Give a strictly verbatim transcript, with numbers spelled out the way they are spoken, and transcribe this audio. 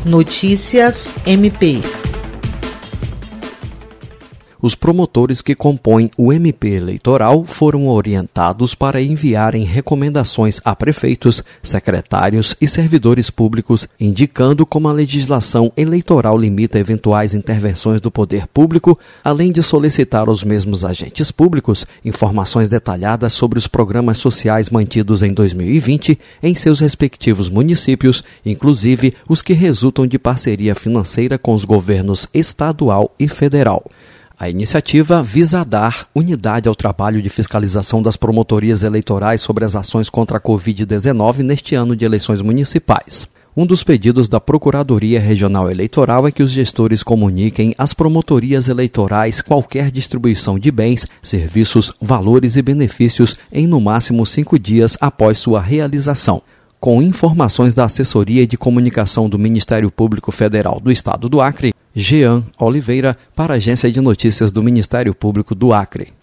Notícias M P. Os promotores que compõem o M P eleitoral foram orientados para enviarem recomendações a prefeitos, secretários e servidores públicos, indicando como a legislação eleitoral limita eventuais intervenções do poder público, além de solicitar aos mesmos agentes públicos informações detalhadas sobre os programas sociais mantidos em dois mil e vinte em seus respectivos municípios, inclusive os que resultam de parceria financeira com os governos estadual e federal. A iniciativa visa dar unidade ao trabalho de fiscalização das promotorias eleitorais sobre as ações contra a covid dezenove neste ano de eleições municipais. Um dos pedidos da Procuradoria Regional Eleitoral é que os gestores comuniquem às promotorias eleitorais qualquer distribuição de bens, serviços, valores e benefícios em no máximo cinco dias após sua realização. Com informações da Assessoria de Comunicação do Ministério Público Federal do Estado do Acre, Jean Oliveira, para a Agência de Notícias do Ministério Público do Acre.